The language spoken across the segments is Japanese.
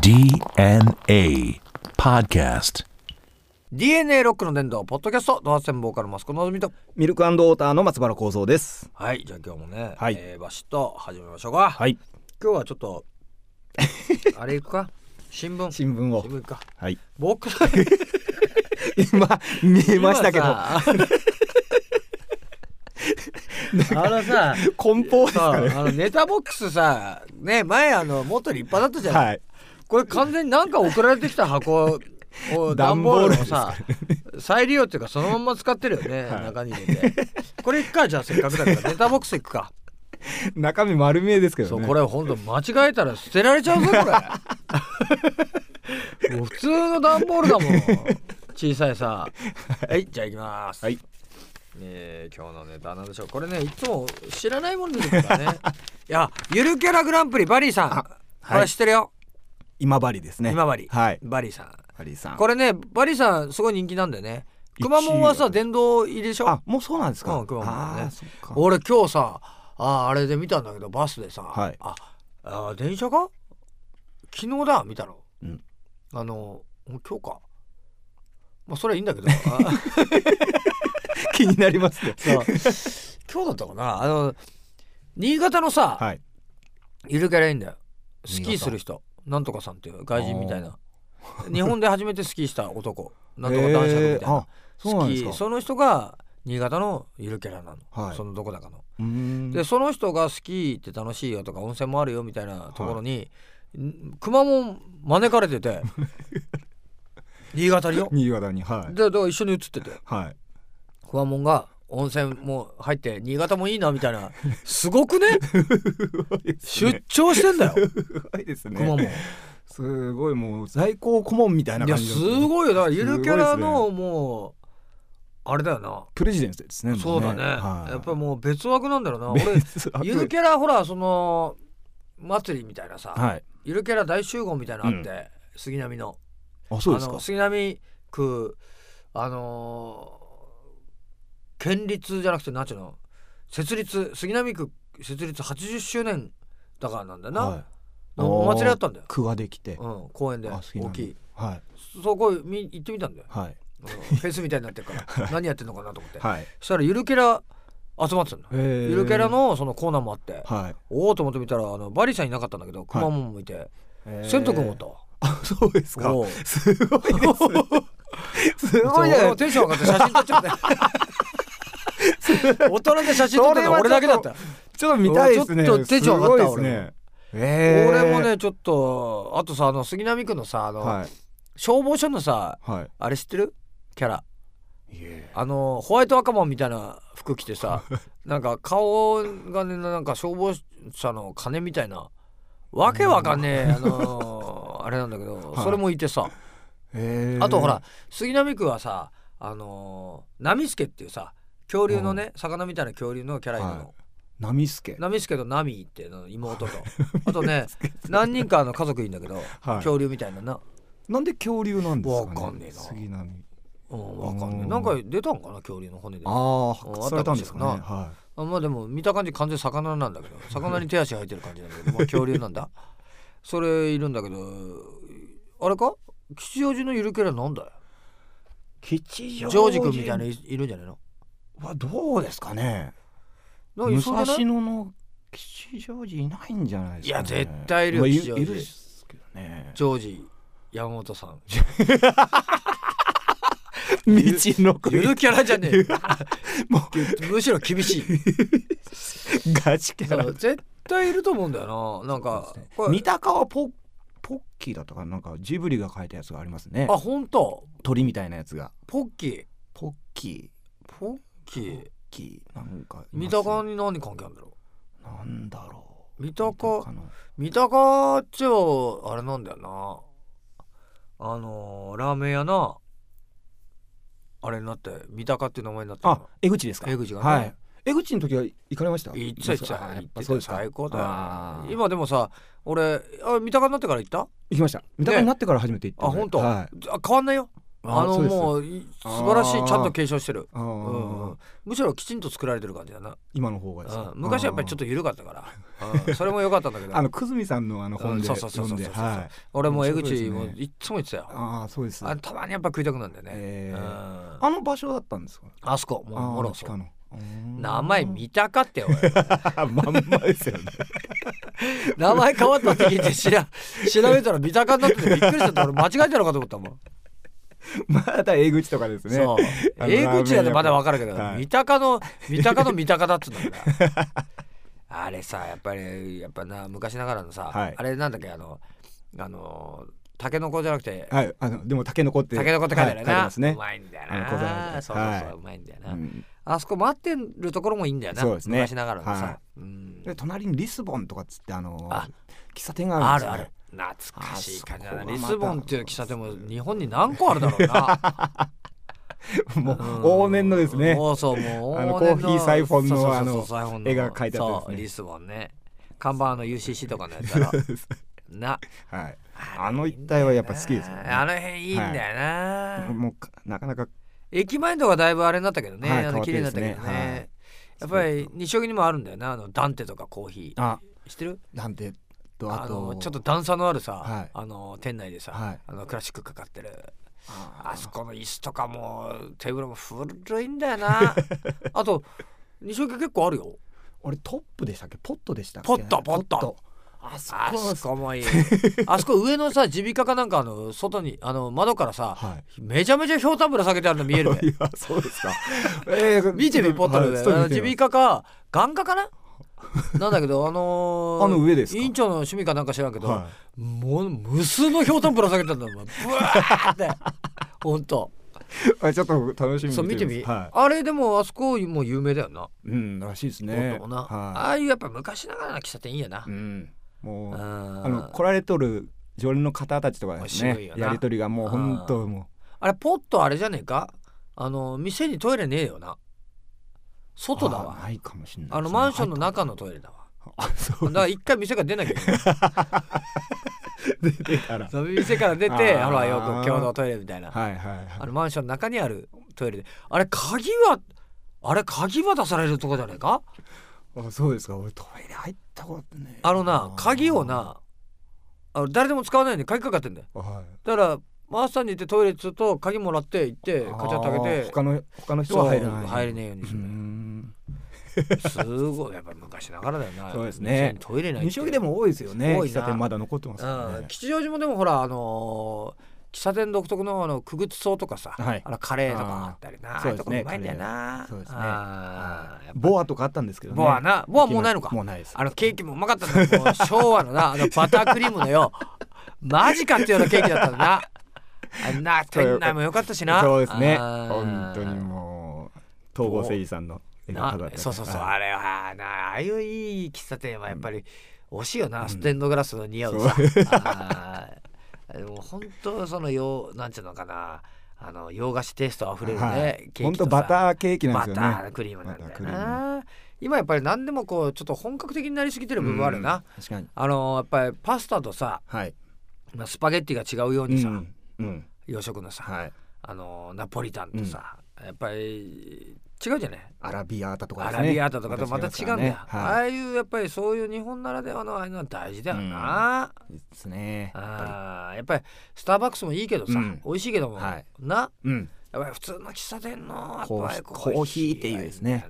DNA Podcast DNA ロックの伝道ポッドキャストドアセンボーカルマスコのぞみとミルクウォーターの松原幸三です。 はい、じゃあ今日もね、 はいバシッと始めましょうか。 はい、 今日はちょっとあれいくか新聞をいくか。 はい、 僕今見えましたけどあのさ梱包ですかね。 ネタボックスさね、前もっと立派だったじゃない、 はい、 これ完全になんか送られてきた箱を段ボールをさ、再利用っていうかそのまんま使ってるよね、 はい、 中に入れてこれいくか。じゃあせっかくだからネタボックスいくか。 中身丸見えですけどね。 そうこれほんと間違えたら捨てられちゃうぞこれもう普通の段ボールだもん小さいさ。はい、じゃあいきます。 はい、 今日のネタなんでしょう。これねいつも知らないもの出てくるからねいやゆるキャラグランプリバリーさん、これ知ってるよ。 今治ですね。 今治、 はい、 バリーさん。 バリーさん、 これねバリーさんすごい人気なんだよね。くまモンはさ殿堂入りでしょ。 あ、もうそうなんですか。 くまモンはね。 そっか。 俺今日さあれで見たんだけどバスでさ、 はい、 電車か昨日だ見たの、 うん、 今日か、まあそれはいいんだけど気になりますね。 そう今日だったかな。新潟のさ、 はい、 ゆるキャラいいんだよ。スキーする人なんとかさんっていう外人みたいな日本で初めてスキーした男なんとか男爵みたいなそうなんですか。 その人が新潟のゆるキャラなの、 はい、 そのどこだかの。 でその人がスキーって楽しいよとか温泉もあるよみたいなところに、くまモン招かれてて新潟によ。 新潟に、はい、 でだから一緒に写ってて、 はい、 くまモンが温泉も入って新潟もいいなみたいなすごくね出張してんだよすごいですね。 くまモンすごい、もう在庫顧問みたいな感じ。 いやすごいよ。だからゆるキャラのもうあれだよな、 プレジデントですね。 そうだね、 はい、 やっぱりもう別枠なんだろうな。俺ゆるキャラほらその祭りみたいなさ、 はい、 ゆるキャラ大集合みたいなのあって、杉並のそうですか。 杉並区県立じゃなくてなんちゅうの設立杉並区設立80周年だからなんだよな、はい、お祭りあったんだよ。 区ができて、 公園で大きい、 はい、 そこ行ってみたんだよ、 はい、 フェスみたいになってるから何やってんのかなと思って、はい、そしたらゆるキャラ集まってたんだ。ゆるキャラのそのコーナーもあって、はい、おおと思ってみたらバリさんいなかったんだけどくまモンもいて、千斗くんもおったわ。 あ、そうですか。すごいですすごいね。 テンション上がって写真撮っちゃって大人で写真撮ってたの俺だけだった。 ちょっと見たいですね。 ちょっとテンション上がったね。 俺もねちょっとあとさ杉並区のさはい、消防署のさ、はい、あれ知ってるキャラホワイト赤マンみたいな服着てさなんか顔がねなんか消防車の鐘みたいなわけわかんねえあれなんだけど、はい、それもいてさ、あとほら杉並区はさナミスケっていうさ恐竜のね、魚みたいな恐竜のキャラいるの、はい、 ナミスケとナミって妹とあとね何人か家族いるんだけど、はい、恐竜みたいななんで恐竜なんですかね。 わかんねえな。 杉並わかんねえ。なんか出たんかな恐竜の骨で。 発掘されたんですかね。 はい、まあでも見た感じ完全魚なんだけど魚に手足生えてる感じなんだけど、まあ、恐竜なんだそれいるんだけどあれか吉祥寺のゆるキャラなんだよ。 吉祥寺ジョージ君みたいないるんじゃないの。 どうですかね。武蔵野の吉祥寺いないんじゃないですかね。 いや絶対いるよ、吉祥寺いるですけどね。 ジョージ山本さん道のゆるキャラじゃねえもうむしろ厳しいガチキャラ絶対いると思うんだよな。なんか、 ね、三鷹はポッキーだとかなんかジブリが描いたやつがありますね。 あ、本当。 鳥みたいなやつがポッキーなんか三鷹に何関係あるんだろう。なんだろう。 三鷹っちゃあれなんだよな。ラーメン屋なあれになって三鷹っていう名前になった。 江口ですか。 江口がね、はい、江口の時は行かれました。 行ってた最高だよ。今でもさ俺三鷹になってから行った。 行きました。三鷹になってから初めて行った。 本当、 はい、 変わんないよ。 もう素晴らしい、ちゃんと継承してる、むしろきちんと作られてる感じだな今の方がですか。 昔はやっぱりちょっと緩かったから、それも良かったんだけど久住さんの本で読んで、 俺も江口もいつも言ってたよ。 そうです。 たまにやっぱ食いたくなるんだよね。 場所だったんですか。 あそこもうもろそう。 名前見たかってよまんまですよね名前変わったって聞いて調べたら三鷹になっててびっくりした。俺間違えてるのかと思ったもん。 まだ江口とかですね。 そう江口はまだ分かるけど、三鷹の三鷹だっつうんだからあれさやっぱな昔ながらのさ、あれなんだっけタケノコじゃなくて、 でもタケノコって書いてあるよな。 ね。 うまいんだよな。そううまいんだよな。あそこ待ってるところもいいんだよな。昔ながらのさ。 で隣にリスボンとかっつって喫茶店があるんですよ。 ある懐かしい感じだな。リスボンっていう喫茶店も日本に何個あるだろうな。 もう往年のですね。 そうもうコーヒーサイフォンの絵が描いてあったんですね。 リスボンね。看板UCC とかのやつだろ。な。 一帯はやっぱ好きですよね。 あの辺いいんだよな。 もうなかなか駅前のとこはだいぶあれになったけどね。綺麗になったけどね。やっぱり西荻にもあるんだよな。ダンテとかコーヒー。知ってる？ ダンテとあとちょっと段差のあるさ、店内でさ、クラシックかかってる。あそこの椅子とかもテーブルも古いんだよな。あと西荻結構あるよ。 俺トップでしたっけ？ポットでしたっけ？ ポット。あそこもいい。あそこ上のさ耳鼻科かなんか外に窓からさ、めちゃめちゃひょうたんぶら下げてあるの見えるね。 いやそうですか。 見てみポットで耳鼻科か眼科かななんだけど上ですか。 委員長の趣味かなんか知らんけど、もう無数のひょうたんぶら下げてあるんだよ。ブワーってほんとちょっと楽しみに見てみ。あれでもあそこも有名だよな。 らしいですね。 ああいうやっぱ昔ながらの喫茶店いいやな。 もう来られとる常連の方たちとかですね、やりとりがもう本当もうあれポットあれじゃねえか、店にトイレねえよな。外だわ。 ないかもしれない。 マンションの中のトイレだわ。だから一回店から出なきゃいけない。店から出てほらよく共同トイレみたいな、マンションの中にあるトイレであれ鍵は出されるとこじゃねえか。 そうですか。俺トイレ入ったことね。 鍵をな誰でも使わないように鍵かかってんだよ。だからマスターに行ってトイレっつうと鍵もらって行ってカチャッと開けて他の人は入れねえようにする。すごいやっぱ昔ながらだよな。 そうですね。 トイレない西荻でも多いですよね。喫茶店まだ残ってますね。 吉祥寺もでもほら喫茶店独特のくぐつ草とかさ、カレーとかあったりな。そうですね。うまいんだよな。 そうですね。ボアとかあったんですけどね。 ボアもうないのか。 もうないです。 ケーキもうまかったんだ。もう昭和のなバタークリームのよマジかっていうようなケーキだったんだな。店内も良かったしな。 そうですね。本当にもう東郷誠二さんの絵が飾って。 そうあれはああいういい喫茶店はやっぱり惜しいよな。ステンドグラスの似合うさ。でも本当なんていうのかな、洋菓子テイストあふれるね、ケーキとさ。本当バターケーキなんですよね。バタークリームなんだよな。今やっぱり何でもこうちょっと本格的になりすぎてる部分あるな。 確かに。 やっぱりパスタとさ、スパゲッティが違うようにさ、洋食のさ、ナポリタンとさ、やっぱり違うじゃない。 アラビアータとかですね。 アラビアータとかとまた違うんだよ。ああいうやっぱりそういう日本ならではのああいうのは大事だよな。 ですね。 やっぱりスターバックスもいいけどさ、美味しいけどもな。やっぱり普通の喫茶店のやっぱりコーヒーっていうですね。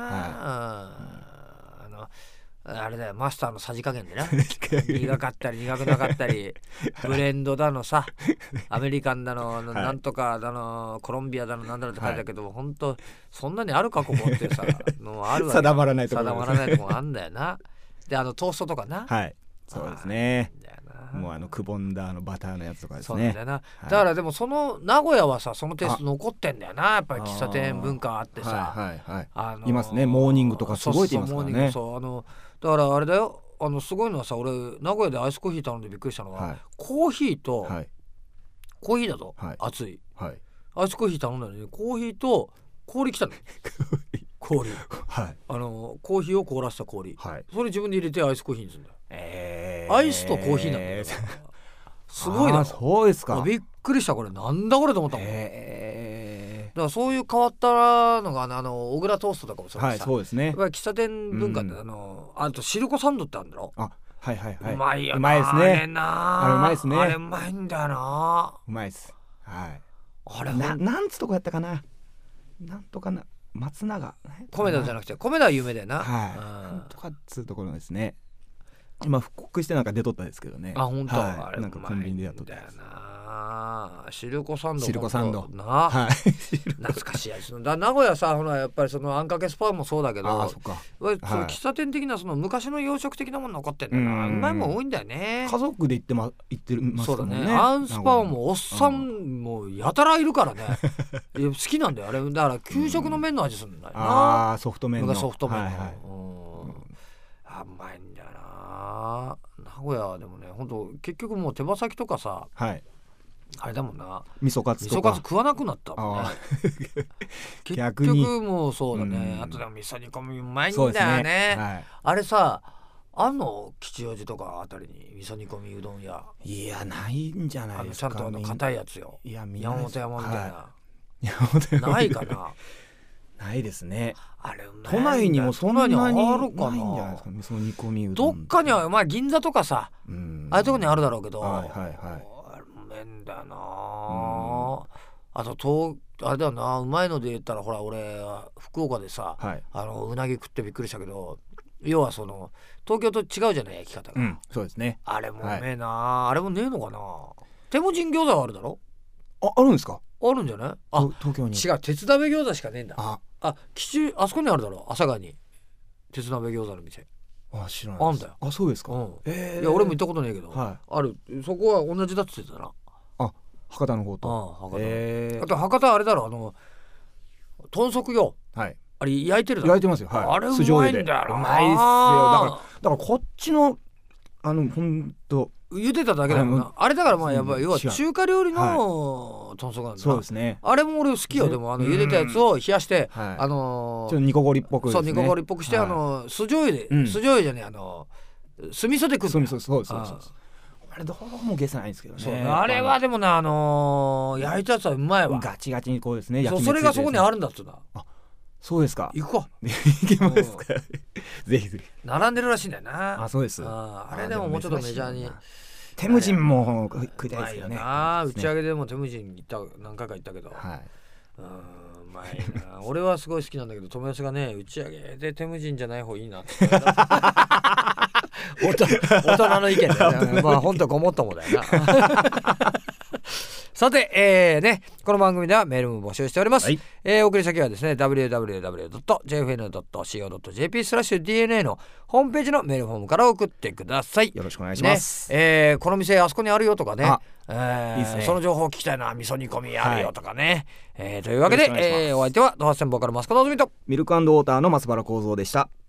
あれだよ、マスターのさじ加減でな。苦かったり苦くなかったり、ブレンドだのさ、アメリカンだの、なんとかだの、コロンビアだのなんだろうって書いてあるけど、本当そんなにあるかここってさのあるわけ。 定まらないとこあんだよな。でトーストとかな。 そうですね。もうくぼんだバターのやつとかですね。 そうだよな。だからでもその名古屋はさ、そのテイスト残ってんだよな。やっぱり喫茶店文化あってさ、 いますね。モーニングとかすごいって言いますからね。 だからあれだよ、すごいのはさ、俺名古屋でアイスコーヒー頼んでびっくりしたのは、コーヒーと、コーヒーだと、熱い、アイスコーヒー頼んだのにコーヒーと氷来たの。氷、コーヒーを凍らせた氷、それ自分で入れてアイスコーヒーにするんだよ。アイスとコーヒーなんだよ。 すごいな。 そうですか。 びっくりした、これなんだこれと思ったもん。だからそういう変わったのが小倉トーストとかもそうでさ、 そうですね。 やっぱり喫茶店文化ってあとシルコサンドってあるんだろ。 はいはいはい。 うまいよな。 うまいですね。 あれな。 あれうまいですね。 あれうまいんだよな。 うまいです。はい。 あれなんつとこやったかな。なんとかな、松永。 米田じゃなくて米田は有名だよな。 なんとかっつうところですね。今復刻してなんか出とったですけどね。 本当。 あれなんかコンビニでやっとったやつ。 シルコサンド。 シルコサンドな。 はい。 懐かしいやつだ。名古屋さ、ほらやっぱりそのあんかけスパンもそうだけど、 そっか。 その喫茶店的なその昔の洋食的なもの残ってんだよな。うまいもん多いんだよね。 家族で行ってますそうだもんね。 ね。アンスパンもおっさんもやたらいるからね。好きなんだよあれ。だから給食の麺の味するんだよな。 ソフト麺の。 ソフト麺の。うまいんだよな。名古屋でもね、本当結局もう手羽先とかさ、あれだもんな。 味噌カツとか。 味噌カツ食わなくなったもんね。結局もうそうだね。あとでも味噌煮込みうまいんだよね。あれさ、吉祥寺とかあたりに味噌煮込みうどん屋。 いや、ないんじゃないですか。 ちゃんと硬いやつよ。山本山みたいな。ないかな。 ないですね。 あれうまい。 都内にもそんなにあるかな。 ないんじゃないですか。味噌煮込みうどどん。 っかには銀座とかさ、ああいうとこにあるだろうけど。麺だよな。あとあれだよな、うまいので言ったら、ほら俺福岡でさ、うなぎ食ってびっくりしたけど、要はその東京と違うじゃない焼き方が。 そうですね。 あれもうめえな。あれもねえのかな。手も人餃子はあるだろ。 あるんですか。 あるんじゃない。 東京に。 違う、鉄鍋餃子しかねえんだ。あそこにあるだろ、阿佐ヶ谷に鉄鍋餃子の店。 知らない。 あんだよ。 そうですか。 いや俺も行ったことないけど、ある。そこは同じだって言ってたな。 博多の方と。 あと博多あれだろ、豚足よ。あれ焼いてるだろ。 焼いてますよ。 あれうまいんだよな。 うまいっすよ。だからこっちのほんと茹でただけだもんな。あれだからやっぱ要は中華料理の豚足なんだ。 そうですね。 あれも俺好きよ。でも茹でたやつを冷やしてちょっと煮こごりっぽくですね。 そう煮こごりっぽくして酢醤油で酢醤油じゃねえ酢味噌で食う。 そうです。あれどうも消せないんですけどね。 あれはでもね焼いたやつはうまいわ。 ガチガチにこうですね。 それがそこにあるんだっつうな。 そうですか。 行くか。 行けますか。ぜひぜひ。 並んでるらしいんだよな。 そうです。 あれでももうちょっとメジャーに。 テムジンも食いたいですよね。 打ち上げでもテムジン何回か行ったけど。うまいな。俺はすごい好きなんだけど、友達がね、打ち上げでテムジンじゃない方いいなって。大人の意見だよね。本当ごもっともだよな。さて、この番組ではメールも募集しております。送り先はですね www.jfn.co.jp/dna のホームページのメールフォームから送ってください。 よろしくお願いします。 この店あそこにあるよとかね、いいですね。その情報聞きたいな、味噌煮込みあるよとかね、というわけで、お相手はドハッセンボーカルマスコのぞみとミルク&ウォーターの松原幸三でした。